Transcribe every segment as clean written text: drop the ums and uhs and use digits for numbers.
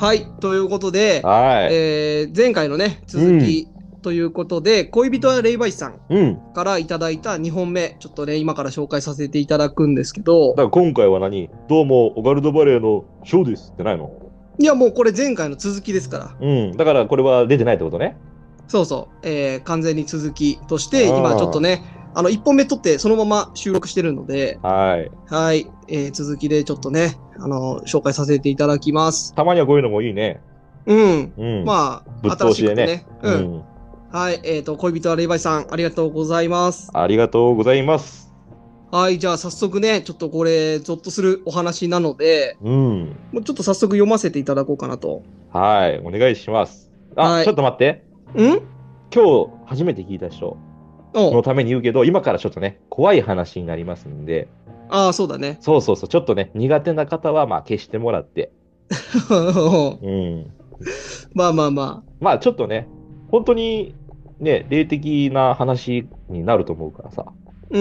はい、ということで、 はい。 前回のね、続きということで、恋人は霊媒師さんうん。 からいただいた2本目、ちょっとね、今から紹介させていただくんですけど、 だから今回はどうも、オカルトバレーのショーですってないの？ いや、もうこれ前回の続きですから、 うん。だからこれは出てないってことね。 そうそう、完全に続きとしあて、今ちょっとあ。 ね、1本目撮ってそのまま収録してるので、 はい。 はい、続きでちょっとね、紹介させていただきます。 たまにはこういうのもいいね。 うん。 うん。 まぶっあ、新通しでね。 しくてね。うん。 うん。 はい。恋人は霊媒師さん、ありがとうございます。 ありがとうございます。 はい。じゃあ、早速ね、ちょっとこれ、ゾッとするお話なので、 うん。 もうちょっと早速読ませていただこうかなと。 はい。お願いします。あ、 はい。 ちょっと待って。 ん今日初めて聞いた人のおために言うけど、今からちょっとね、怖い話になりますんで、 ああ、そうだね。 そうそうそう、ちょっとね、苦手な方は消してもらって、うん。 まあまあままあちょっとね、本当にね、霊的な話になると思うからさ。 あ。うん、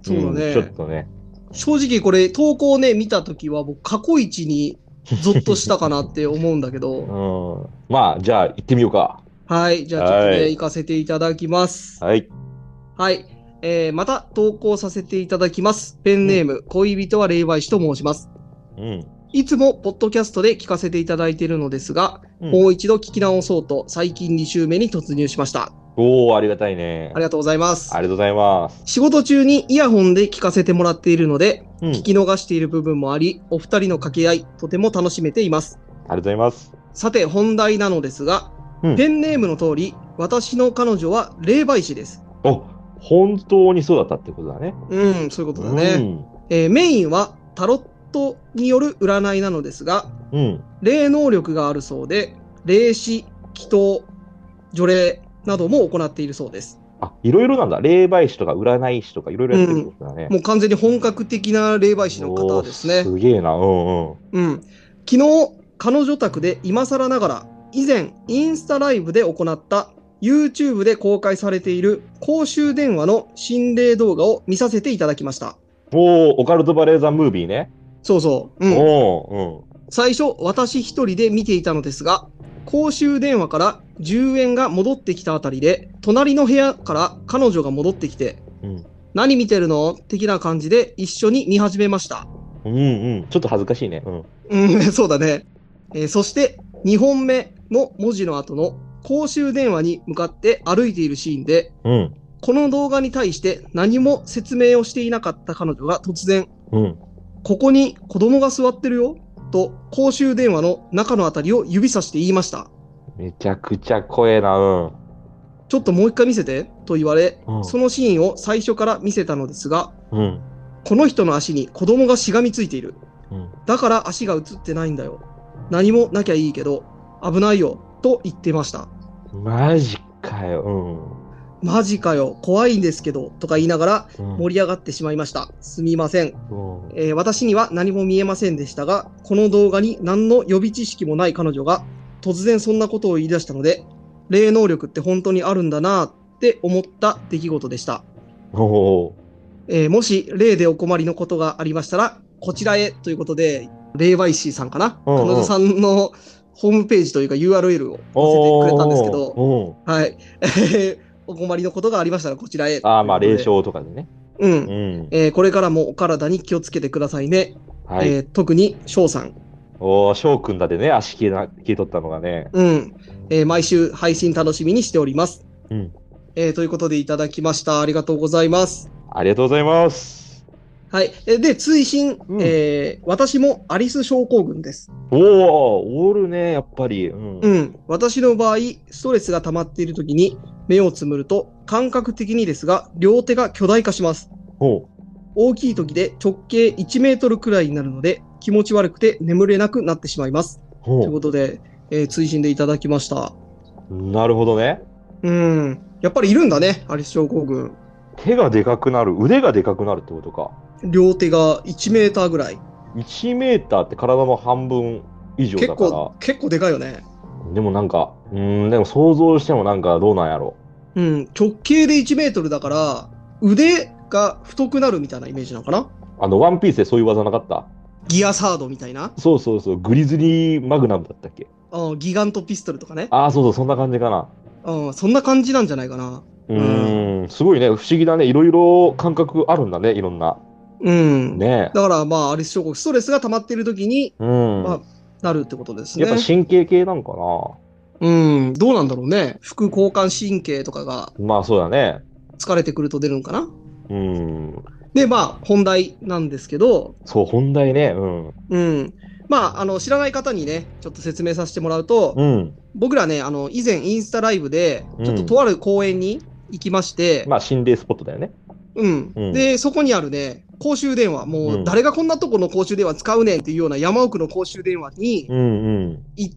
そうだうん、ちょっね。 とね。 正直これ、投稿ね、見たときは、僕、過去一にゾッとしたかなって思うんだけど、 うん。まあ、じゃあ行ってみようか。 はい。じゃあ、ちょっとね、 はい。 行かせていただきます。 はい。 はい。また投稿させていただきます。ペンうん。 ネーム、恋人は霊媒師と申します。 うん。 いつもポッドキャストで聞かせていただいているのですが、 うん。 もう一度聞き直そうと最近2週目に突入しました。 おー、ありがたいね。 ありがとうございまあす。 りがとうございます。 仕事中にイヤホンで聞かせてもらっているので、 うん。 聞き逃している部分もあり、お二人の掛け合い、とても楽しめています。 ありがとうございます。 さて、本題なのですが、 うん。 ペンネームの通り、私の彼女は霊媒師です。 お、本当にそうだったってことだね。 うん、そういうことだうね。 ん。 メインはタロットによる占いなのですが、 うん。 霊能力があるそうで、霊視、祈祷、除霊なども行っているそうです。 あ、いろいろなんだ。霊媒師とか占い師とかいろいろやってるってうん。 ことだね。 もう完全に本格的な霊媒師のおー、 方ですね。 すげえな。うんうん。 うん。昨日、彼女宅で今更ながら、以前、インスタライブで行った YouTube で公開されている公衆電話の心霊動画を見させていただきました。 おー、オカルトバレーザムービーね。 そうそう。うん。 おー、 最初、私一人で見ていたのですが、公衆電話から10円が戻ってきたあたりで、隣の部屋から彼女が戻ってきて、 うん。 何見てるの的な感じで一緒に見始めました。 うんうん。ちょっと恥ずかしいね。うん。 うん、そうだね。そして2本目の文字の後の公衆電話に向かって歩いているシーンで、 うん。 この動画に対して何も説明をしていなかった彼女が突然、 うん。 ここに子供が座ってるよと公衆電話の中のあたりを指さして言いました。 めちゃくちゃ怖えな。うん。 ちょっともう一回見せてと言われ、 うん。 そのシーンを最初から見せたのですが、 うん。 この人の足に子供がしがみついている。 うん。 だから足が映ってないんだよ。何もなきゃいいけど、危ないよ。と言ってました。 マジかよ。 マジかよ。怖いんですけど。とか言いながらうん。 盛り上がってしまいました。すみません。 うん。 私には何も見えませんでしたが、この動画に何の予備知識もない彼女が突然そんなことを言い出したので、霊能力って本当にあるんだなって思った出来事でした。 おもし霊でお困りのことがありましたら、こちらへということで、霊媒師さんかな、 うんうん彼女さんのホームページというか URL を載せてくれたんですけど、 おー。 はい。お困りのことがありましたらこちらへとああ、 いうことで。 霊障とかでね。 う。 うんん。 これからもお体に気をつけてくださいね。 はい。 特に翔さん。 おー、翔くんだでね、足消えとったのがね。 うん。毎週配信楽しみにしております。 うん。 ということでいただきました。ありがとうございます。 ありがとうございます。 はい。で、追伸、 うん。 私もアリス症候群です。 おー、おるね、やっぱり。うん。 うん。私の場合、ストレスが溜まっている時に目をつむると、感覚的にですが、両手が巨大化します。 お大きい時で直径1メートルくらいになるので、気持ち悪くて眠れなくなってしまいます。というおことで、追伸でいただきました。 なるほどね。 うん。やっぱりいるんだね、アリス症候群。 手がでかくなる、腕がでかくなるってことか。 両手が1メーターぐらい。 1メーターって体の半分以上だか結構でかいよね。 ら。でもでも想像してもどうなんやろ。 うん。直径で1メートルだから、腕が太くなるみたいなイメージなのかな。 ワンピースでそういう技なかった？ ギアサードみたいな、 そうそうそう、グリズリーマグナムだったっけ？ ギガントピストルとかね。 ああ、そうそう、そんな感じかな。 そんな感じなんじゃないかな。 すごいね、不思議だね。いろいろ感覚あるんだね、いろんな。ねだからまあ、アリス症候群、ストレスが溜まっている時に、 え。うん。 まあ、なるってことですね。 やっぱ神経系なんかな。 どうなんだろうね。副交感神経とかがまあ、そうだね。 疲れてくると出るのかな。 うん。 で、まあ、本題なんですけど、 そう、本題ね。 まあ、知らない方にね、ちょっと説明させてもらうと、 うん。 僕らね、以前インスタライブで、 うんちょっととある公園に行きまして、 まあ、心霊スポットだよね。 で、そこにあるね、公衆電話、もう誰がこんなとこの公衆電話使うねんっていうような山奥の公衆電話に行って、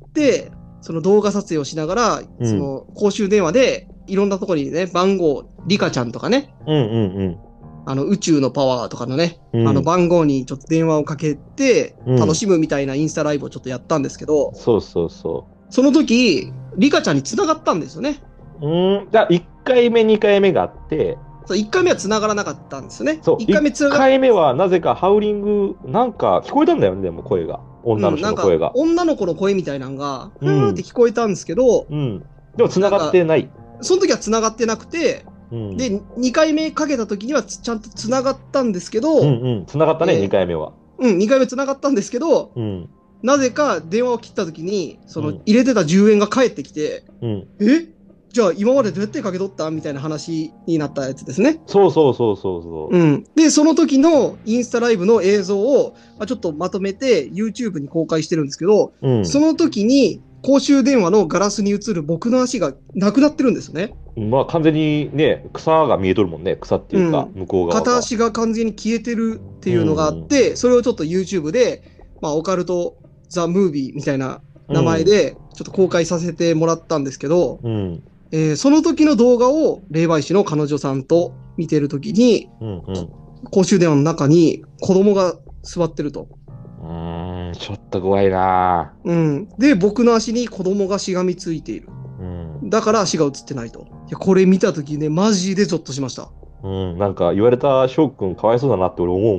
その動画撮影をしながら、その公衆電話でいろんなところにね、番号、リカちゃんとかね、宇宙のパワーとかのね、番号にちょっと電話をかけて楽しむみたいなインスタライブをちょっとやったんですけど、 そうそうその時、リカちゃんに繋がったんですよね。 じゃあ、1回目、2回目があって、 そう、1回目は繋がらなかったんですよね。 そう、1回目はなぜかハウリング、なんか聞こえたんだよね、でも声が。女の人の声が。 女の子の声みたいなのが、ふーって聞こえたんですけど、 でも繋がってない。 その時は繋がってなくて、で、2回目かけた時にはちゃんと繋がったんですけど、 繋がったね、2回目は。 2回目繋がったんですけど、なぜか電話を切った時に、その入れてた10円が返ってきて、じゃあ今までどうやってかけ取ったみたいな話になったやつですね。 そう。 で、その時のインスタライブの映像をちょっとまとめて YouTube に公開してるんですけど、その時に公衆電話のガラスに映る僕の足がなくなってるんですよね。 まあ完全にね、草が見えとるもんね。草っていうか、向こう側が。 片足が完全に消えてるっていうのがあって、それをちょっと YouTube で、まあオカルト・ザ・ムービーみたいな名前でちょっと公開させてもらったんですけど、その時の動画を霊媒師の彼女さんと見てる時に、公衆電話の中に子供が座ってると。 ちょっと怖いな。 で、僕の足に子供がしがみついている。だから足が映ってないと。いや、これ見た時ね、マジでゾッとしました。 なんか言われた翔くんかわいそうだなって俺思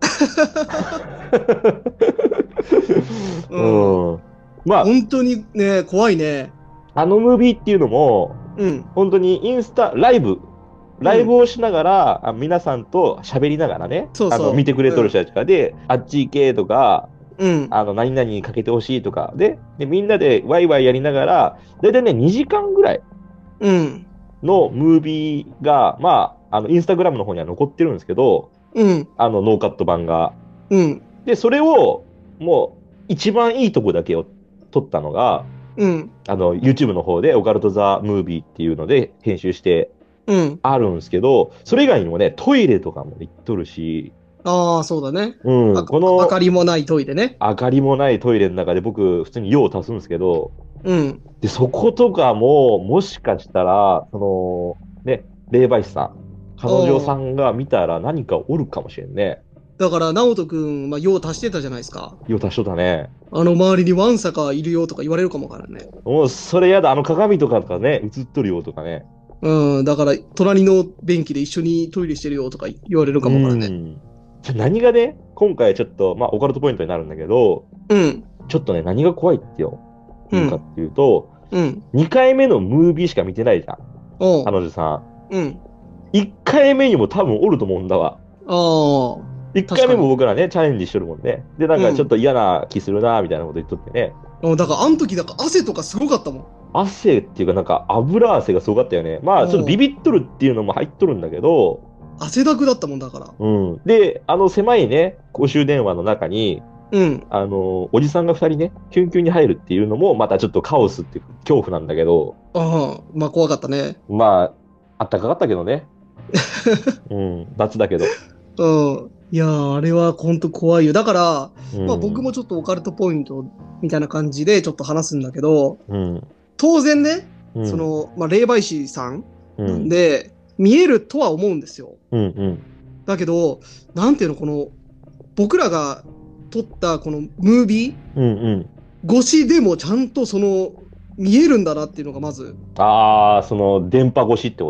うもん。 まあ、本当にね、怖いね。 あのムービーっていうのも、本当にインスタライブをしながら、皆さんと喋りながらね、見てくれとる人たちとかで、あっち行けとか、何々かけてほしいとかで、みんなでワイワイやりながら、だいたいね、2時間ぐらいのムービーが、まあ、インスタグラムの方には残ってるんですけど、ノーカット版が。で、それを、もう、一番いいとこだけを撮ったのが、YouTube の方でオカルト・ザ・ムービーっていうので編集してあるんですけど、それ以外にもね、トイレとかも行っとるし、 ああ、そうだね。 この明かりもないトイレね。 明かりもないトイレの中で僕、普通に用を足すんですけど、で、そことかも、もしかしたら、ね、霊媒師さん、彼女さんが見たら何かおるかもしれんね。 だから、直人くん、用を足してたじゃないですか。 用足しとったね。 周りにワンサカいるよとか言われるかもからね。 もう、それやだ。鏡とかね、映っとるよとかね。 だから、隣の便器で一緒にトイレしてるよとか言われるかもからね。 何がね、今回ちょっと、まあ、オカルトポイントになるんだけど、ちょっとね、何が怖いっていうかっていうと、2回目のムービーしか見てないじゃん。彼女さん。1回目にも多分おると思うんだわ。1回目も僕らね、チャレンジしてるもんね。で、なんかちょっと嫌な気するな、みたいなこと言っとってね。 だから、あの時、汗とかすごかったもん。 汗っていうか、なんか油汗がすごかったよね。まあ、ちょっとビビっとるっていうのも入っとるんだけど、 汗だくだったもんだから。 で、狭いね、公衆電話の中に、おじさんが2人ね、キュンキュンに入るっていうのも、またちょっとカオスっていう恐怖なんだけど。 まあ、怖かったね。 まあ、あったかかったけどね。夏だけど。 いやー、あれは本当怖いよ。だから、まあ僕もちょっとオカルトポイントみたいな感じでちょっと話すんだけど、当然ね、まあ霊媒師さんなんで、見えるとは思うんですよ。だけど、なんていうの、僕らが撮ったこのムービー越しでもちゃんと見えるんだなっていうのがまず。 電波越しってこと？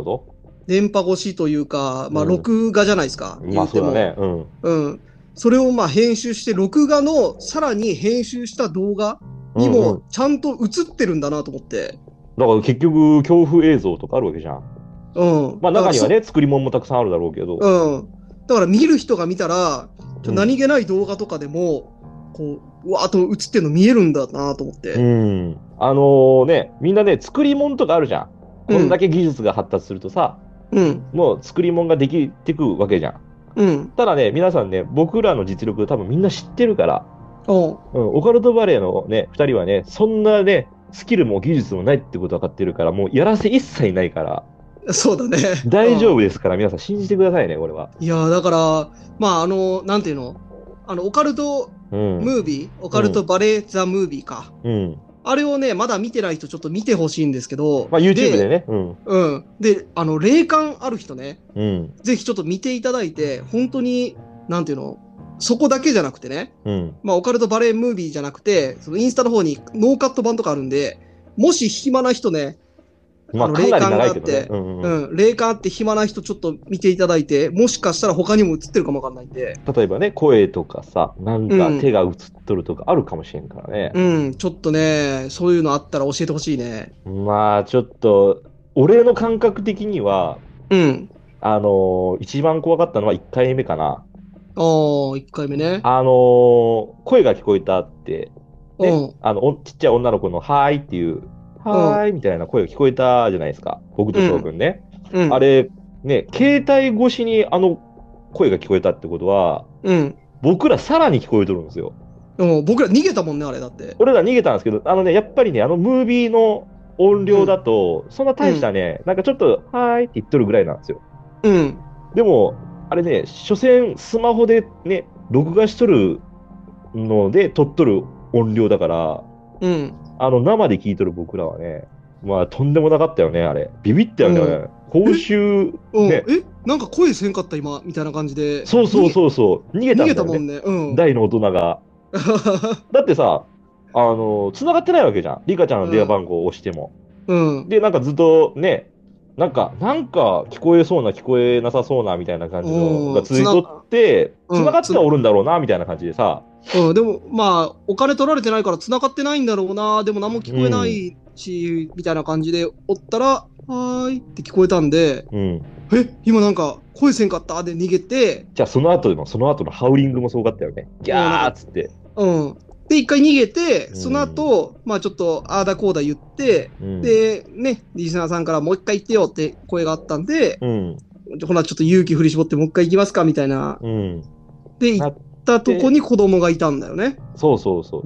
電波越しというか、まあ、録画じゃないですか。 まあ、そうだね。 それをまあ編集して、録画のさらに編集した動画にもちゃんと映ってるんだなと思って。 だから結局、恐怖映像とかあるわけじゃん。まあ中にはね、作り物もたくさんあるだろうけど。 だから見る人が見たら、何気ない動画とかでも、こう、わーっと映ってるの見えるんだなと思って。 みんなね、作り物とかあるじゃん。こんだけ技術が発達するとさ、もう作り物ができてくわけじゃん。ただね、皆さんね、僕らの実力多分みんな知ってるから、オカルトバレーのね、2人はね、そんなね、スキルも技術もないってこと分かってるから、もうやらせ一切ないから。 そうだね。 大丈夫ですから、皆さん信じてくださいね、これは。 いやだから、まあ、なんていうの、オカルトムービー、オカルトバレーザムービーか。あれをね、まだ見てない人ちょっと見てほしいんですけど。 まあ、YouTube でね。 で、霊感ある人ね、ぜひちょっと見ていただいて、本当に、なんていうの、そこだけじゃなくてね、まあ、オカルトバレームービーじゃなくて、そのインスタの方にノーカット版とかあるんで、もし暇な人ね、 まあ、霊感があって、 霊感あって暇な人ちょっと見ていただいて、もしかしたら他にも映ってるかもわかんないんで。 例えばね、声とかさ、なんか手が映っとるとかあるかもしれんからね。 ちょっとね、そういうのあったら教えてほしいね。 まあ、ちょっと、俺の感覚的には、一番怖かったのは1回目かな。 1回目ね。 声が聞こえたって、ね、ちっちゃい女の子のはーいっていう、はーいみたいな声が聞こえたじゃないですか。僕と翔くんね。あれ、ね、携帯越しに声が聞こえたってことは、僕らさらに聞こえとるんですよ。 僕ら逃げたもんね、あれだって。 俺ら逃げたんですけど、やっぱりね、ムービーの音量だと、そんな大したね、なんかちょっと、はーいって言っとるぐらいなんですよ。でも、あれね、所詮スマホでね、録画しとるので撮っとる音量だから、生で聞いとる僕らはね、まあとんでもなかったよね、あれ。ビビったよね。公衆、ね。 なんか声せんかった今、みたいな感じで。 そう。逃げたんだよね。 逃げたもんね。 大の大人が。だってさ、繋がってないわけじゃん。リカちゃんの電話番号を押しても。で、なんかずっとね、なんか聞こえそうな、聞こえなさそうなみたいな感じのが続いとって、繋がってはおるんだろうな、みたいな感じでさ。 でも、まあ、お金取られてないから繋がってないんだろうな、でも何も聞こえないし、みたいな感じでおったら、はーいって聞こえたんで、今なんか声せんかったで逃げて、 じゃあその後のハウリングもすごかったよね。ギャーっつって。 で、一回逃げて、その後、まあちょっと、あーだこーだ言って、で、ね、リスナーさんからもう一回言ってよって声があったんで、ほら、ちょっと勇気振り絞ってもう一回行きますかみたいな。で、行ったとこに子供がいたんだよね。 そう。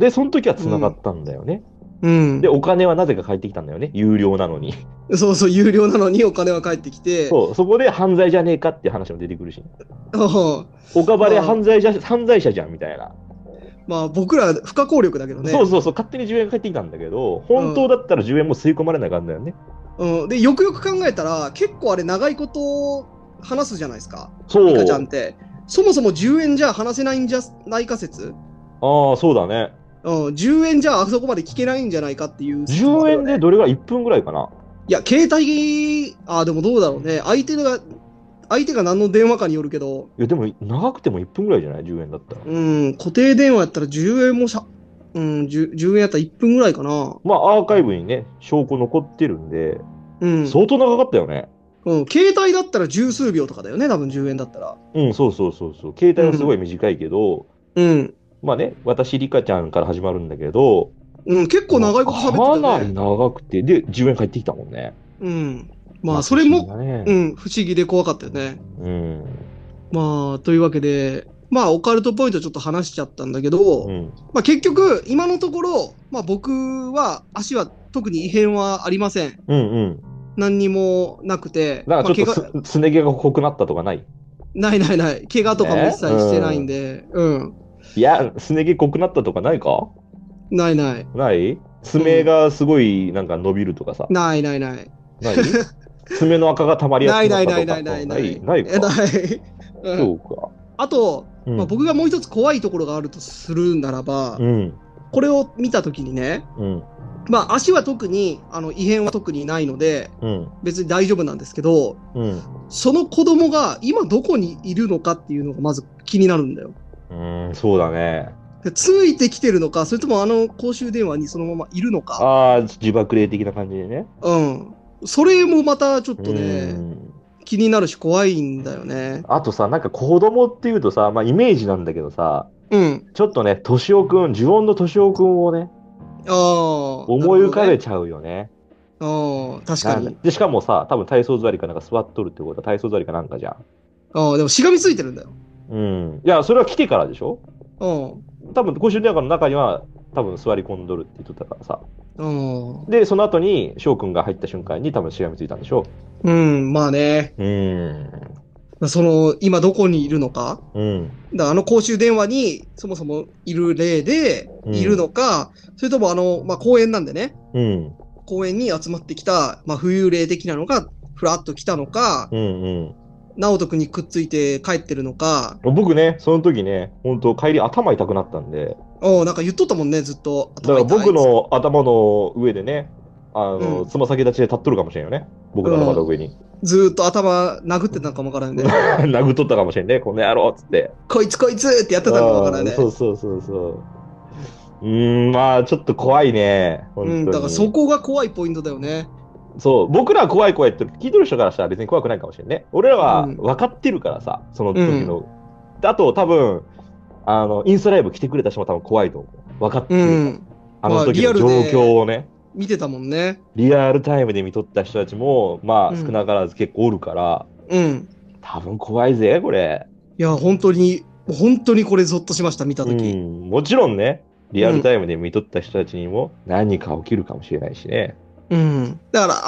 で、その時は繋がったんだよね。で、お金はなぜか返ってきたんだよね。有料なのに。 そう、有料なのにお金は返ってきて。 そこで犯罪じゃねえかっていう話も出てくるし。オカバレ犯罪者じゃんみたいな。 まあ僕ら不可抗力だけどね。 そう、勝手に10円が返ってきたんだけど、本当だったら10円も吸い込まれなかったんだよね。 で、よくよく考えたら、結構あれ長いこと話すじゃないですか。 そう。 リカちゃんって。そもそも10円じゃ話せないんじゃないか説。 ああ、そうだね。 10円じゃあそこまで聞けないんじゃないかっていう、 ね。10円でどれが1分ぐらいかな。 いや、携帯、でもどうだろうね。相手が何の電話かによるけど。 いや、でも長くても1分ぐらいじゃない ?10 円だったら。 固定電話やったら10円も10円やったら1分ぐらいかな。 まあ、アーカイブにね、証拠残ってるんで、相当長かったよね。 携帯だったら十数秒とかだよね、多分10円だったら。 そう。携帯はすごい短いけど、まあね、私、リカちゃんから始まるんだけど、 結構長いこと喋ってたね。 かなり長くて、で、10円返ってきたもんね。 まあ、それも、不思議で怖かったよね。まあ、というわけで、まあ、オカルトポイントちょっと話しちゃったんだけど、まあ、結局、今のところ、まあ、僕は、足は特に異変はありません。何にもなくて。 なんかちょっとすね毛が濃くなったとかない？ ない。怪我とかも一切してないんで。 いや、すね毛濃くなったとかないか？ ない。 ない爪がすごいなんか伸びるとかさ。 ない。 ない爪の赤がたまりやすくなったとか。ないか。そうか。 あと、まあ、僕がもう一つ怖いところがあるとするならば、これを見たときにね、まあ足は特に異変は特にないので、別に大丈夫なんですけど、その子供が今どこにいるのかっていうのがまず気になるんだよ。 そうだね。 ついてきてるのか、それとも公衆電話にそのままいるのか。 ああ、自爆霊的な感じでね。 うん。それもまたちょっとね、気になるし怖いんだよね。 あとさ、なんか子供っていうとさ、まあイメージなんだけどさ、ちょっとね、敏夫くん、呪音の敏夫くんをね、思い浮かべちゃうよね。 確かに。 で、しかもさ、多分体操座りかなんか座っとるってことは体操座りかなんかじゃん。 でもしがみついてるんだよ。 いや、それは来てからでしょ。多分公衆電話の中には多分座り込んどるって言っとったからさ。で、その後に翔くんが入った瞬間に多分しがみついたんでしょ。 まあね。今どこにいるのか。だから公衆電話にそもそもいる霊でいるのか、それともまあ、公園なんでね。公園に集まってきた、まあ、浮遊霊的なのがふらっと来たのか、直人君にくっついて帰ってるのか。 僕ね、その時ね、本当帰り頭痛くなったんで。 なんか言っとったもんね、ずっと。 だから僕の頭の上でね、つま先立ちで立っとるかもしれんよね。僕の頭の上に。 ずっと頭殴ってたかもわからんね。 殴っとったかもしれんね、この野郎っつって。 こいつってやってたかもわからんね。 そう。まあちょっと怖いね。 だからそこが怖いポイントだよね。 そう、僕らは怖いって聞いてる人からしたら別に怖くないかもしれんね。俺らは分かってるからさ、その時の。あと多分、インスタライブ来てくれた人も多分怖いと思う。分かってる。あの時の状況をね。 見てたもんね。 リアルタイムで見とった人たちも、まあ少なからず結構おるから、多分怖いぜ、これ。 いや、本当にこれゾッとしました、見た時。 もちろんね、リアルタイムで見とった人たちにも何か起きるかもしれないしね。 だから、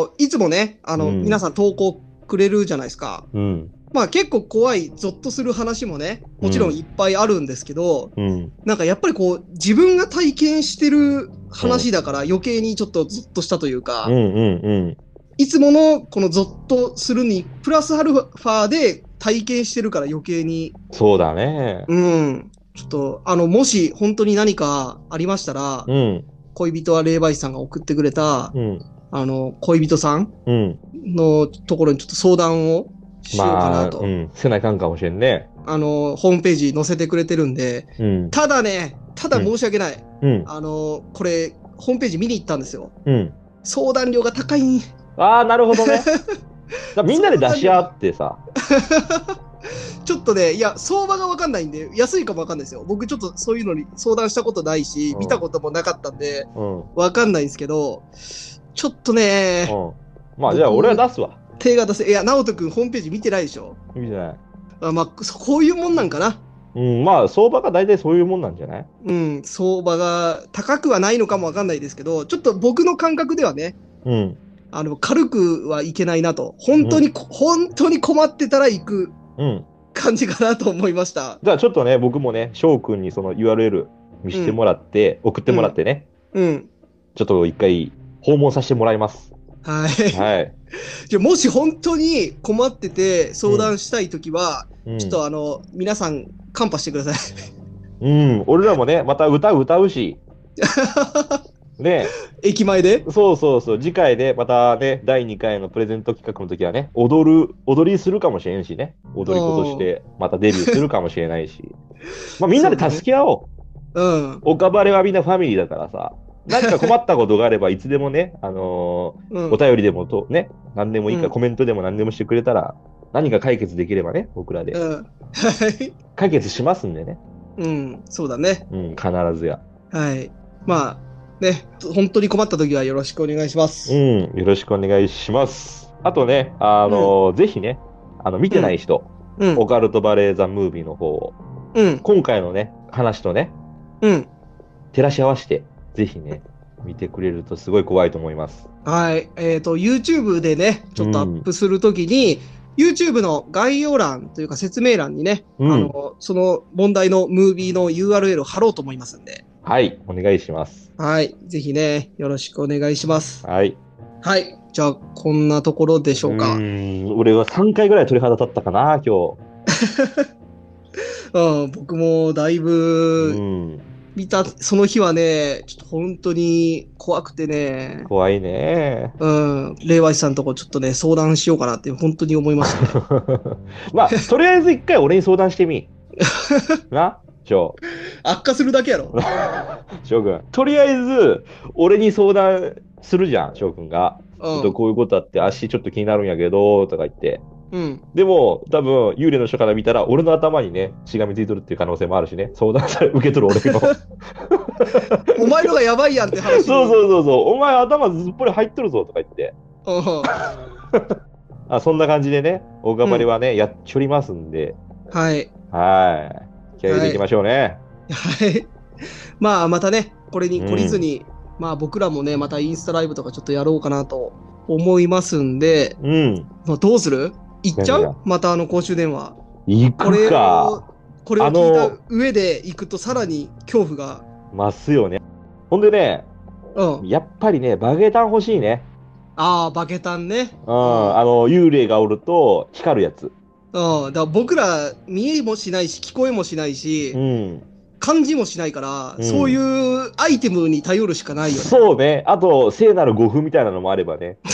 いつもね、皆さん投稿くれるじゃないですか。まあ結構怖い、ゾッとする話もね、もちろんいっぱいあるんですけど、なんかやっぱりこう、自分が体験してる話だから余計にちょっとゾッとしたというか、いつものこのゾッとするに、プラスアルファで体験してるから余計に。 そうだね。 ちょっと、もし本当に何かありましたら、恋人は霊媒師さんが送ってくれた、恋人さんのところにちょっと相談をしようかなと。 せないかんかもしれんね。 ホームページ載せてくれてるんで、ただ申し訳ない。これ、ホームページ見に行ったんですよ。相談料が高い。 ああ、なるほどね。みんなで出し合ってさ。 ちょっとね、いや、相場がわかんないんで、安いかもわかんないですよ。僕ちょっとそういうのに相談したことないし、見たこともなかったんで、わかんないんですけど、ちょっとね、 まあじゃあ俺は出すわ。 手が出せ、いや、直人くんホームページ見てないでしょ？ 見てない。 まあ、こういうもんなんかな。 まあ相場が大体そういうもんなんじゃない？ 相場が高くはないのかもわかんないですけど、ちょっと僕の感覚ではね、軽くはいけないなと。本当に困ってたら行く。感じかなと思いました。 じゃあちょっとね、僕もね、翔くんにその URL 見せてもらって、送ってもらってね、ちょっと一回訪問させてもらいます。 はい。じゃあもし本当に困ってて相談したいときは、ちょっと皆さんカンパしてください。 俺らもね、また歌うし。ね、 駅前でそう次回でまたね第2回のプレゼント企画の時はね踊りするかもしれんしね、踊り子としてまたデビューするかもしれないしまあみんなで助け合おう。岡晴はみんなファミリーだからさ、何か困ったことがあればいつでもね、お便りでもね、何でもいいからコメントでも何でもしてくれたら何か解決できればね、僕らで解決しますんでね。 そうだね。 必ずや。 はい。まあね、本当に困った時はよろしくお願いします。 よろしくお願いします。あとね、ぜひね、見てない人、オカルトバレーザムービーの方を、今回のね、話とね、照らし合わせて、ぜひね、見てくれるとすごい怖いと思います。 はい。YouTube でね、ちょっとアップするときに、YouTube の概要欄というか説明欄にね、その問題のムービーの URL を貼ろうと思いますんで。 はい、お願いします。 はい、ぜひね、よろしくお願いします。 はい。 はい、じゃあ、こんなところでしょうか。 俺は3回ぐらい鳥肌立ったかな、今日。僕もだいぶ、見た、その日はね、ちょっと本当に怖くてね。 怖いね。 霊媒師さんとこちょっとね、相談しようかなって本当に思いましたね。 まあ、とりあえず一回俺に相談してみ。 な、翔。 悪化するだけやろ。 翔くん。とりあえず、俺に相談するじゃん、翔くんが。ちょっとこういうことあって足ちょっと気になるんやけど、とか言って。うん。でも、多分、幽霊の人から見たら、俺の頭にね、しがみついとるっていう可能性もあるしね。相談され、受け取る俺の。 お前のがやばいやんって話。 そうそうそうそう。お前頭ずっぽり入っとるぞ、とか言って。そんな感じでね、大頑張りはね、やっちょりますんで。 はい。 はい。気合い入れていきましょうね。 はい。まあ、またね、これに懲りずに、まあ僕らもね、またインスタライブとかちょっとやろうかなと思いますんで、まあ、どうする？行っちゃう？また公衆電話。 行くか。 これを聞いた上で行くとさらに恐怖が。 ますよね。ほんでね、やっぱりね、バゲタン欲しいね。 ああ、バゲタンね。 幽霊がおると光るやつ。 だから僕ら見えもしないし、聞こえもしないし、感じもしないから、そういうアイテムに頼るしかないよね。 そうね。あと、聖なる護符みたいなのもあればね。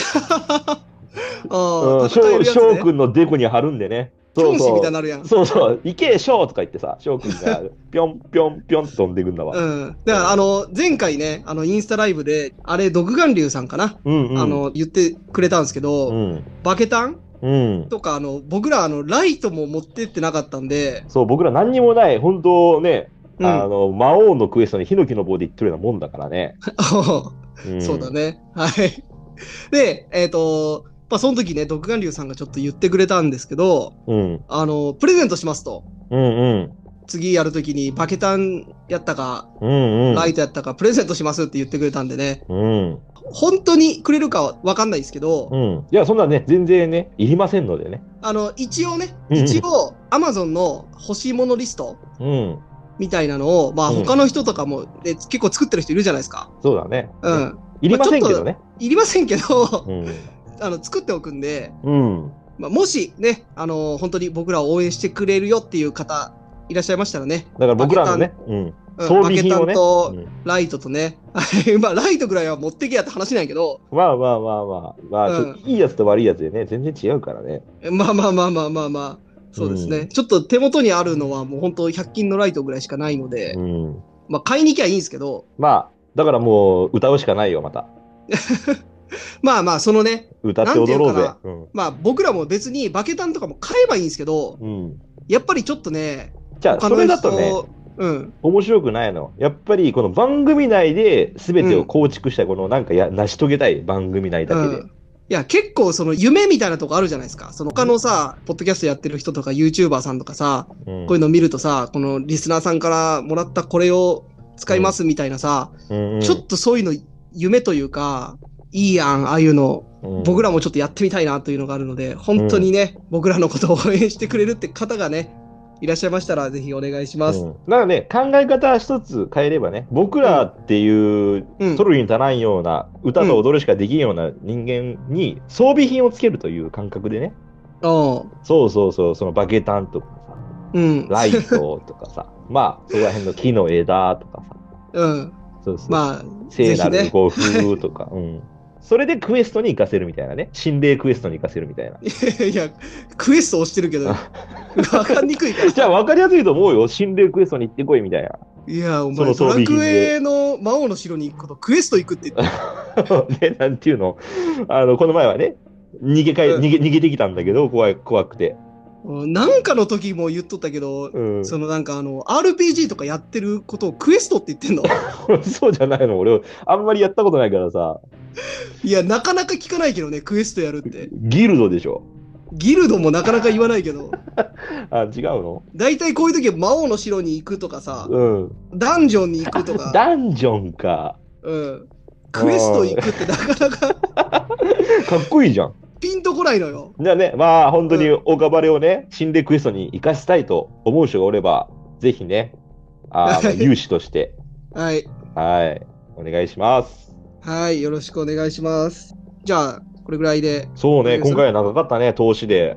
翔くんのデコに貼るんでね。 教師みたいになるやん。 そうそう、行け翔とか言ってさ、翔くんがぴょんぴょんぴょんと飛んでいくんだわ。 だから前回ね、インスタライブで、あれ、独眼竜さんかな、言ってくれたんですけど、バケタンとか、僕ら、ライトも持ってってなかったんで。 そう、僕ら何にもない、本当ね、魔王のクエストにヒノキの棒で言ってるようなもんだからね。 そうだね。はい。で、まあ、その時ね、独眼竜さんがちょっと言ってくれたんですけど、プレゼントしますと。次やるときにバケタンやったか、ライトやったか、プレゼントしますって言ってくれたんでね。本当にくれるかは分かんないですけど、 いや、そんなね、全然ね、いりませんのでね。 一応、アマゾンの欲しいものリスト、みたいなのを、まあ、他の人とかも、結構作ってる人いるじゃないですか。 そうだね。いりませんけどね。 いりませんけど、作っておくんで、まあ、もしね、本当に僕らを応援してくれるよっていう方いらっしゃいましたらね。 だから僕らのね、装備品をね。 バケタンとライトとね。まあ、ライトぐらいは持ってけやって話なんやけど。 まあ、いいやつと悪いやつでね、全然違うからね。 まあ。そうですね。ちょっと手元にあるのはもう本当100均のライトぐらいしかないので、まあ、買いに行きゃいいんですけど。 まあ、だからもう歌うしかないよ、また。 まあ、そのね、 歌って踊ろうぜ。 まあ、僕らも別にバケタンとかも買えばいいんですけど、やっぱりちょっとね、 じゃあ、それだとね、面白くないの。やっぱり、この番組内で全てを構築したい、このなんか成し遂げたい番組内だけで。 いや、結構その夢みたいなとこあるじゃないですか。その他のさ、ポッドキャストやってる人とか YouTuber さんとかさ、こういうの見るとさ、このリスナーさんからもらったこれを使いますみたいなさ、ちょっとそういうの夢というか、いいやん、ああいうの、僕らもちょっとやってみたいなというのがあるので、本当にね、僕らのことを応援してくれるって方がね、いらっしゃいましたら、ぜひお願いします。 だからね、考え方一つ変えればね、僕らっていう、取るに足らんような、歌と踊るしかできんような人間に装備品をつけるという感覚でね。そう、そのバケタンとかさ、ライトとかさ、まあ、そこら辺の木の枝とかさ、まあ、聖なる護符とか、それでクエストに行かせるみたいなね。心霊クエストに行かせるみたいな。 いや、クエスト押してるけど、わかんにくいから。 じゃあ分かりやすいと思うよ。心霊クエストに行ってこいみたいな。 いや、お前、ドラクエの魔王の城に行くこと、クエスト行くって言って。なんていうのこの前はね、逃げてきたんだけど、怖くて。 なんかの時も言っとったけど、そのなんかRPG とかやってることをクエストって言ってんの？ そうじゃないの、俺、あんまりやったことないからさ。 いや、なかなか聞かないけどね、クエストやるって。 ギルドでしょ。 ギルドもなかなか言わないけど。 違うの？ 大体こういう時は魔王の城に行くとかさ、ダンジョンに行くとか。 ダンジョンか。 クエスト行くってなかなか。 かっこいいじゃん。 ピンとこないのよ。 じゃあね、まあ本当にオカバレをね、心霊クエストに生かしたいと思う人がおれば、ぜひね、有志として。 はい。 お願いします。 はい、よろしくお願いします。じゃあ、これぐらいで。 そうね、今回は長かったね、投資で。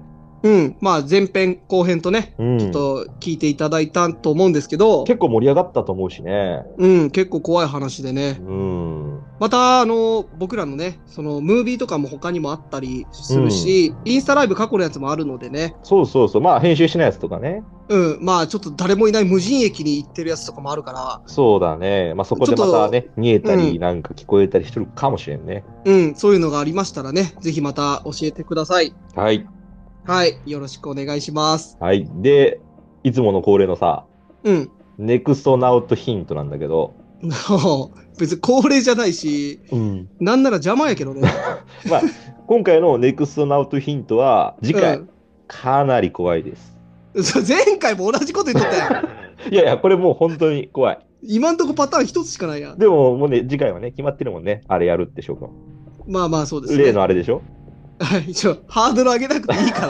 まあ前編後編とね、ちょっと聞いていただいたと思うんですけど。 結構盛り上がったと思うしね。 結構怖い話でね。また、僕らのね、その、ムービーとかも他にもあったりするし、インスタライブ過去のやつもあるのでね。 そうそうそう。まあ、編集しないやつとかね。 まあ、ちょっと誰もいない無人駅に行ってるやつとかもあるから。 そうだね。まあ、そこでまたね、見えたり、なんか聞こえたりしてるかもしれんね。 そういうのがありましたらね、ぜひまた教えてください。 はい。 はい。よろしくお願いします。 はい。で、いつもの恒例のさ、ネクストナウトヒントなんだけど。 別に恒例じゃないし、なんなら邪魔やけどね。 まあ、今回のネクストナウトヒントは、次回、かなり怖いです。 前回も同じこと言っとったやん。いやいや、これもう本当に怖い。 今んとこパターン一つしかないやん。 でも、もうね、次回はね、決まってるもんね。あれやるってしょうか。 まあまあ、そうですね。 例のあれでしょ。 一応、ハードル上げなくていいから。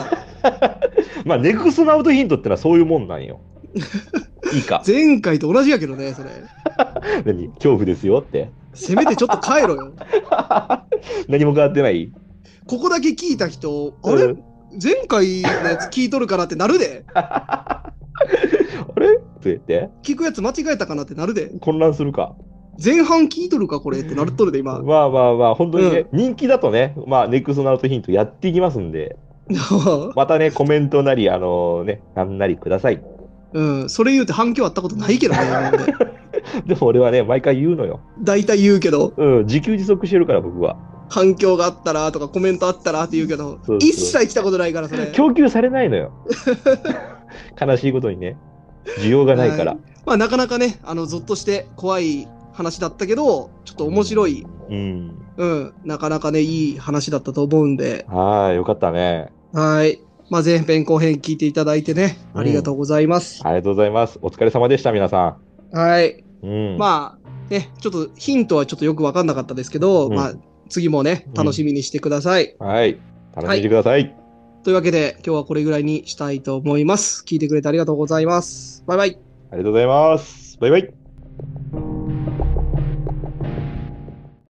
まあ、ネクストナウトヒントってのはそういうもんなんよ。いいか。 前回と同じやけどね、それ。 何恐怖ですよって。 せめてちょっと帰ろよ。 何も変わってない？ ここだけ聞いた人、あれ前回のやつ聞いとるかなってなるで。 あれって言って。 聞くやつ間違えたかなってなるで。 混乱するか。 前半聞いとるかこれってなるとるで、今。 まあまあまあ、本当にね、人気だとね、まあ、ネクストナウトヒントやっていきますんで。またね、コメントなり、なんなりください。 それ言うて反響あったことないけどね、 でも俺はね、毎回言うのよ。 大体言うけど。 自給自足してるから、僕は。 反響があったらとかコメントあったらって言うけど、一切来たことないから、それ。 供給されないのよ。悲しいことにね。需要がないから。 まあ、なかなかね、ゾッとして怖い話だったけど、ちょっと面白い。なかなかね、いい話だったと思うんで。 はい、よかったね。 はい。まあ、前編後編聞いていただいてね、ありがとうございます。 ありがとうございます。お疲れ様でした、皆さん。はい。まあ、ね、ちょっとヒントはちょっとよくわかんなかったですけど、まあ、次もね、楽しみにしてください。 はい。楽しみにしてください。 というわけで、今日はこれぐらいにしたいと思います。聞いてくれてありがとうございます。バイバイ。 ありがとうございます。バイバイ。